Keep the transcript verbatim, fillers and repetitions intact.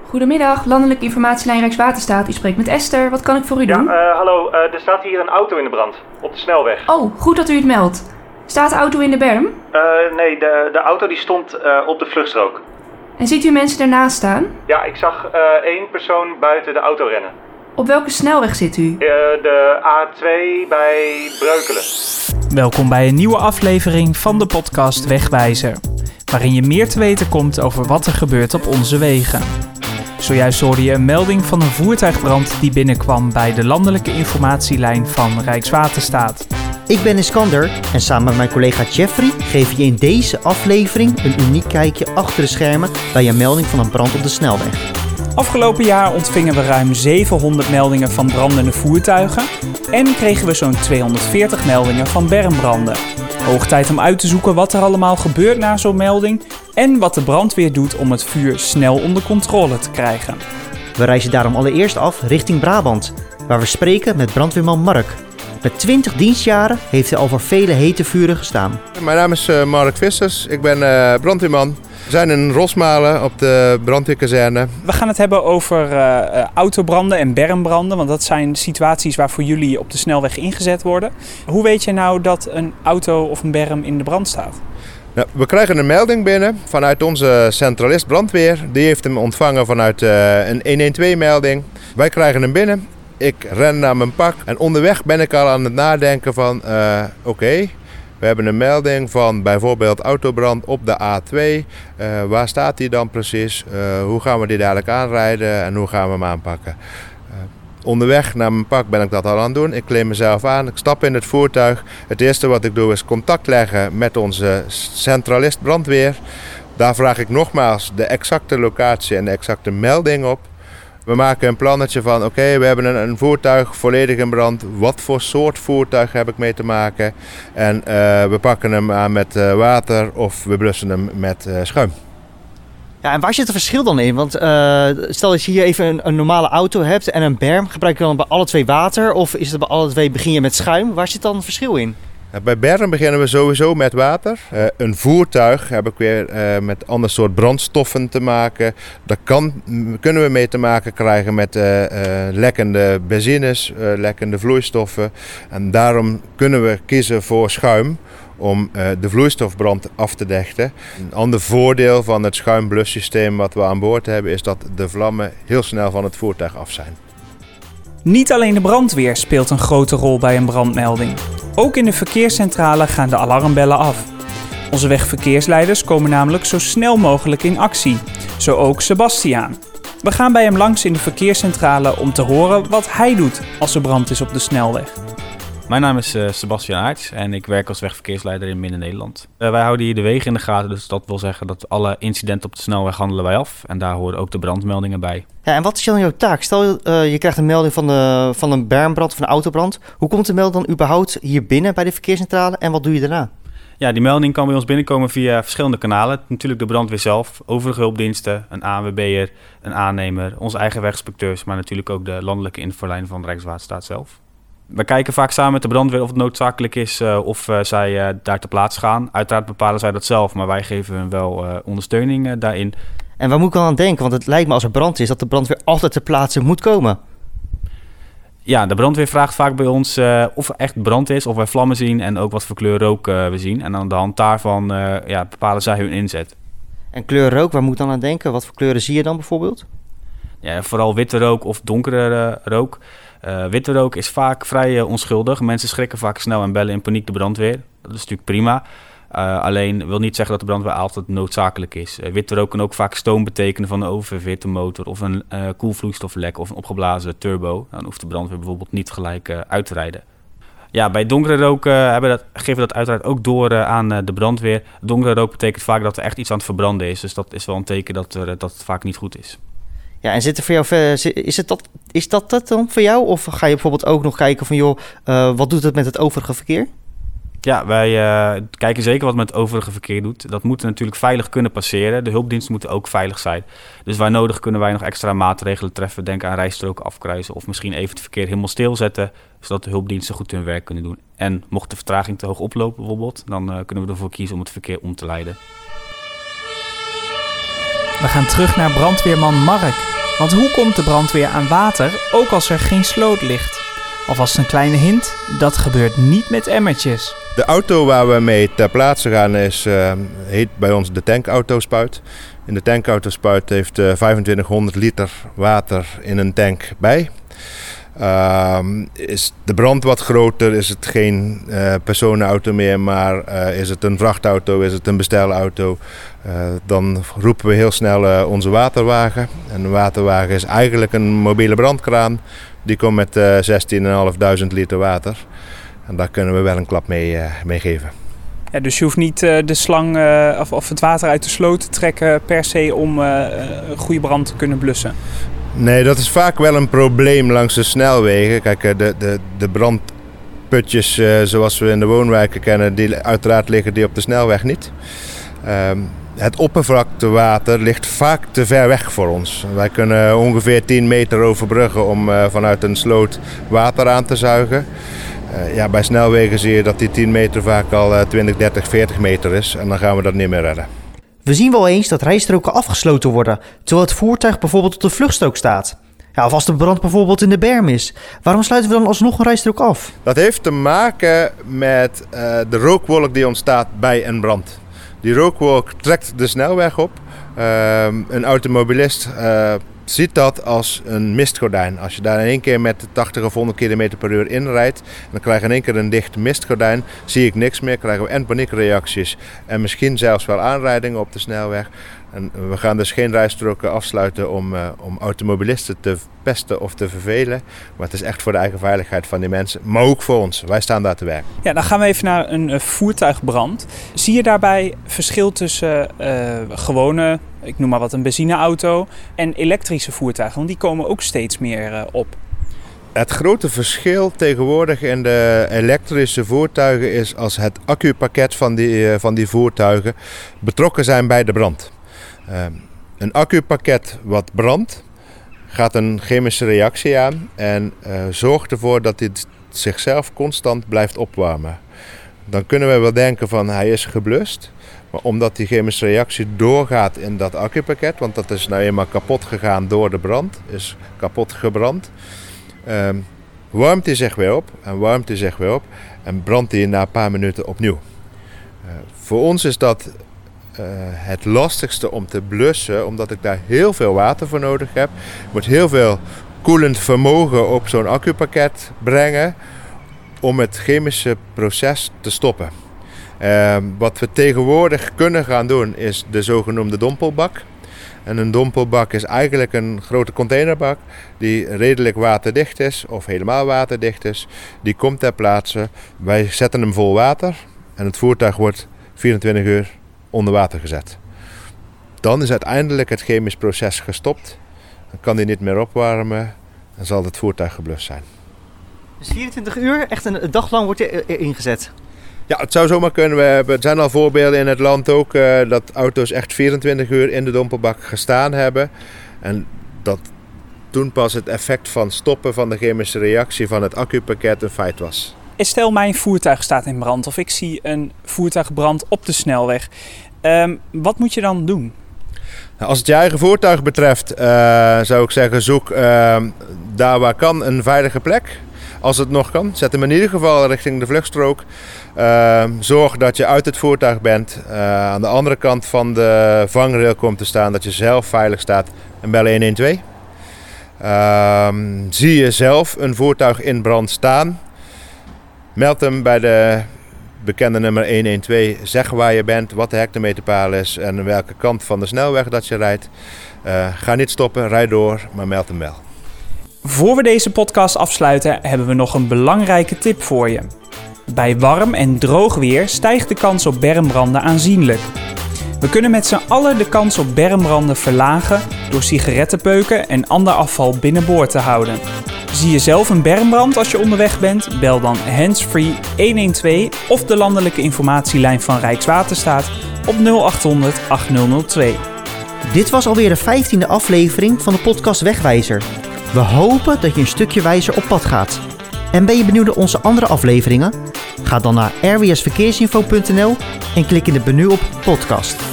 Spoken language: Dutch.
Goedemiddag, Landelijke Informatielijn Rijkswaterstaat. U spreekt met Esther. Wat kan ik voor u doen? Ja, uh, hallo. Uh, er staat hier een auto in de brand. Op de snelweg. Oh, goed dat u het meldt. Staat de auto in de berm? Uh, nee, de, de auto die stond uh, op de vluchtstrook. En ziet u mensen ernaast staan? Ja, ik zag uh, één persoon buiten de auto rennen. Op welke snelweg zit u? Uh, de A twee bij Breukelen. Welkom bij een nieuwe aflevering van de podcast Wegwijzer, waarin je meer te weten komt over wat er gebeurt op onze wegen. Zojuist hoorde je een melding van een voertuigbrand die binnenkwam bij de landelijke informatielijn van Rijkswaterstaat. Ik ben Iskander en samen met mijn collega Jeffrey geef je in deze aflevering een uniek kijkje achter de schermen bij een melding van een brand op de snelweg. Afgelopen jaar ontvingen we ruim zevenhonderd meldingen van brandende voertuigen en kregen we zo'n tweehonderdveertig meldingen van bermbranden. Hoog tijd om uit te zoeken wat er allemaal gebeurt na zo'n melding en wat de brandweer doet om het vuur snel onder controle te krijgen. We reizen daarom allereerst af richting Brabant, waar we spreken met brandweerman Mark. Met twintig dienstjaren heeft hij al voor vele hete vuren gestaan. Mijn naam is uh, Mark Vissers, ik ben uh, brandweerman. We zijn in Rosmalen op de brandweerkazerne. We gaan het hebben over uh, autobranden en bermbranden, want dat zijn situaties waar voor jullie op de snelweg ingezet worden. Hoe weet je nou dat een auto of een berm in de brand staat? Nou, we krijgen een melding binnen vanuit onze centralist brandweer. Die heeft hem ontvangen vanuit uh, een honderdtwaalf melding. Wij krijgen hem binnen. Ik ren naar mijn pak en onderweg ben ik al aan het nadenken van uh, oké, okay, we hebben een melding van bijvoorbeeld autobrand op de A twee. Uh, waar staat die dan precies? Uh, hoe gaan we die dadelijk aanrijden en hoe gaan we hem aanpakken? Uh, onderweg naar mijn pak ben ik dat al aan het doen. Ik kleed mezelf aan, ik stap in het voertuig. Het eerste wat ik doe is contact leggen met onze centralist brandweer. Daar vraag ik nogmaals de exacte locatie en de exacte melding op. We maken een plannetje van, oké, okay, we hebben een, een voertuig volledig in brand. Wat voor soort voertuig heb ik mee te maken? En uh, we pakken hem aan met uh, water of we blussen hem met uh, schuim. Ja, en waar zit het verschil dan in? Want uh, stel dat je hier even een, een normale auto hebt en een berm. Gebruik je dan bij alle twee water of is het bij alle twee begin je met schuim? Waar zit dan het verschil in? Bij berm beginnen we sowieso met water. Uh, een voertuig heb ik weer uh, met ander soort brandstoffen te maken. Daar kan, kunnen we mee te maken krijgen met uh, uh, lekkende benzines, uh, lekkende vloeistoffen. En daarom kunnen we kiezen voor schuim om uh, de vloeistofbrand af te dichten. Een ander voordeel van het schuimblussysteem wat we aan boord hebben is dat de vlammen heel snel van het voertuig af zijn. Niet alleen de brandweer speelt een grote rol bij een brandmelding. Ook in de verkeerscentrale gaan de alarmbellen af. Onze wegverkeersleiders komen namelijk zo snel mogelijk in actie. Zo ook Sebastiaan. We gaan bij hem langs in de verkeerscentrale om te horen wat hij doet als er brand is op de snelweg. Mijn naam is uh, Sebastiaan Aerts en ik werk als wegverkeersleider in Midden-Nederland. Uh, wij houden hier de wegen in de gaten, dus dat wil zeggen dat alle incidenten op de snelweg handelen wij af. En daar horen ook de brandmeldingen bij. Ja, en wat is dan jouw taak? Stel uh, je krijgt een melding van, de, van een bermbrand of een autobrand. Hoe komt de melding dan überhaupt hier binnen bij de verkeerscentrale en wat doe je daarna? Ja, die melding kan bij ons binnenkomen via verschillende kanalen. Natuurlijk de brandweer zelf, overige hulpdiensten, een A N W B'er, een aannemer, onze eigen weginspecteurs, maar natuurlijk ook de landelijke infolijn van de Rijkswaterstaat zelf. We kijken vaak samen met de brandweer of het noodzakelijk is uh, of uh, zij uh, daar ter plaatse gaan. Uiteraard bepalen zij dat zelf, maar wij geven hun wel uh, ondersteuning uh, daarin. En waar moet ik dan aan denken? Want het lijkt me als er brand is dat de brandweer altijd ter plaatse moet komen. Ja, de brandweer vraagt vaak bij ons uh, of er echt brand is, of wij vlammen zien en ook wat voor kleur rook uh, we zien. En aan de hand daarvan uh, ja, bepalen zij hun inzet. En kleur rook, waar moet ik dan aan denken? Wat voor kleuren zie je dan bijvoorbeeld? Ja, vooral witte rook of donkere uh, rook. Uh, witte rook is vaak vrij uh, onschuldig. Mensen schrikken vaak snel en bellen in paniek de brandweer. Dat is natuurlijk prima. Uh, alleen wil niet zeggen dat de brandweer altijd noodzakelijk is. Uh, witte rook kan ook vaak stoom betekenen van een oververhitte motor of een uh, koelvloeistoflek of een opgeblazen turbo. Dan hoeft de brandweer bijvoorbeeld niet gelijk uh, uit te rijden. Ja, bij donkere rook uh, hebben dat, geven we dat uiteraard ook door uh, aan uh, de brandweer. Donkere rook betekent vaak dat er echt iets aan het verbranden is. Dus dat is wel een teken dat, uh, dat het vaak niet goed is. Ja, en zit er voor jou, is, het dat, is dat dat dan voor jou? Of ga je bijvoorbeeld ook nog kijken van, joh, uh, wat doet het met het overige verkeer? Ja, wij uh, kijken zeker wat met het overige verkeer doet. Dat moet natuurlijk veilig kunnen passeren. De hulpdiensten moeten ook veilig zijn. Dus waar nodig kunnen wij nog extra maatregelen treffen. Denk aan rijstroken afkruisen of misschien even het verkeer helemaal stilzetten, zodat de hulpdiensten goed hun werk kunnen doen. En mocht de vertraging te hoog oplopen bijvoorbeeld, dan uh, kunnen we ervoor kiezen om het verkeer om te leiden. We gaan terug naar brandweerman Mark. Want hoe komt de brandweer aan water, ook als er geen sloot ligt? Alvast een kleine hint, dat gebeurt niet met emmertjes. De auto waar we mee ter plaatse gaan is, uh, heet bij ons de tankautospuit. In de tankautospuit heeft uh, vijfentwintighonderd liter water in een tank bij. Uh, is de brand wat groter, is het geen uh, personenauto meer, maar uh, is het een vrachtauto, is het een bestelauto, uh, dan roepen we heel snel uh, onze waterwagen. En een waterwagen is eigenlijk een mobiele brandkraan. Die komt met uh, zestienduizend liter water. En daar kunnen we wel een klap mee, uh, mee geven. Ja, dus je hoeft niet uh, de slang uh, of, of het water uit de sloot te trekken per se om uh, een goede brand te kunnen blussen? Nee, dat is vaak wel een probleem langs de snelwegen. Kijk, de, de, de brandputjes uh, zoals we in de woonwijken kennen, die uiteraard liggen die op de snelweg niet. Um, het oppervlaktewater ligt vaak te ver weg voor ons. Wij kunnen ongeveer tien meter overbruggen om uh, vanuit een sloot water aan te zuigen. Uh, ja, bij snelwegen zie je dat die tien meter vaak al uh, twintig, dertig, veertig meter is. En dan gaan we dat niet meer redden. We zien wel eens dat rijstroken afgesloten worden, terwijl het voertuig bijvoorbeeld op de vluchtstrook staat. Ja, of als de brand bijvoorbeeld in de berm is. Waarom sluiten we dan alsnog een rijstrook af? Dat heeft te maken met uh, de rookwolk die ontstaat bij een brand. Die rookwolk trekt de snelweg op. Uh, een automobilist uh, ziet dat als een mistgordijn. Als je daar in één keer met tachtig of honderd kilometer per uur inrijdt, dan krijg je in één keer een dicht mistgordijn. Zie ik niks meer, krijgen we en paniekreacties en misschien zelfs wel aanrijdingen op de snelweg. En we gaan dus geen rijstroken afsluiten om, uh, om automobilisten te pesten of te vervelen. Maar het is echt voor de eigen veiligheid van die mensen, maar ook voor ons. Wij staan daar te werk. Ja, dan gaan we even naar een uh, voertuigbrand. Zie je daarbij verschil tussen uh, gewone, ik noem maar wat, een benzineauto en elektrische voertuigen? Want die komen ook steeds meer uh, op. Het grote verschil tegenwoordig in de elektrische voertuigen is als het accupakket van die, uh, van die voertuigen betrokken zijn bij de brand. Uh, een accupakket wat brandt, gaat een chemische reactie aan en uh, zorgt ervoor dat dit zichzelf constant blijft opwarmen. Dan kunnen we wel denken van hij is geblust, maar omdat die chemische reactie doorgaat in dat accupakket, want dat is nou eenmaal kapot gegaan door de brand, is kapot gebrand, uh, warmt hij zich weer op en warmt hij zich weer op en brandt hij na een paar minuten opnieuw. Uh, voor ons is dat Uh, het lastigste om te blussen, omdat ik daar heel veel water voor nodig heb. Ik moet heel veel koelend vermogen op zo'n accupakket brengen om het chemische proces te stoppen. Uh, wat we tegenwoordig kunnen gaan doen is de zogenoemde dompelbak. En een dompelbak is eigenlijk een grote containerbak die redelijk waterdicht is of helemaal waterdicht is. Die komt ter plaatse, wij zetten hem vol water en het voertuig wordt vierentwintig uur onder water gezet. Dan is uiteindelijk het chemisch proces gestopt. Dan kan die niet meer opwarmen en zal het voertuig geblust zijn. Dus vierentwintig uur, echt een dag lang wordt er ingezet? Ja, het zou zomaar kunnen. We hebben, er zijn al voorbeelden in het land ook uh, dat auto's echt vierentwintig uur in de dompelbak gestaan hebben. En dat toen pas het effect van stoppen van de chemische reactie van het accupakket een feit was. Stel mijn voertuig staat in brand of ik zie een voertuigbrand op de snelweg. Um, wat moet je dan doen? Als het je eigen voertuig betreft uh, zou ik zeggen zoek uh, daar waar kan een veilige plek. Als het nog kan, zet hem in ieder geval richting de vluchtstrook. Uh, zorg dat je uit het voertuig bent. Uh, aan de andere kant van de vangrail komt te staan, dat je zelf veilig staat en bel honderdtwaalf. Uh, zie je zelf een voertuig in brand staan, meld hem bij de bekende nummer honderdtwaalf. Zeg waar je bent, wat de hectometerpaal is en welke kant van de snelweg dat je rijdt. Uh, ga niet stoppen, rijd door, maar meld hem wel. Voor we deze podcast afsluiten hebben we nog een belangrijke tip voor je. Bij warm en droog weer stijgt de kans op bermbranden aanzienlijk. We kunnen met z'n allen de kans op bermbranden verlagen door sigarettenpeuken en ander afval binnenboord te houden. Zie je zelf een bermbrand als je onderweg bent? Bel dan handsfree honderdtwaalf of de landelijke informatielijn van Rijkswaterstaat op nul achthonderd achthonderd twee. Dit was alweer de vijftiende aflevering van de podcast Wegwijzer. We hopen dat je een stukje wijzer op pad gaat. En ben je benieuwd naar onze andere afleveringen? Ga dan naar r w s verkeersinfo punt n l en klik in het menu op podcast.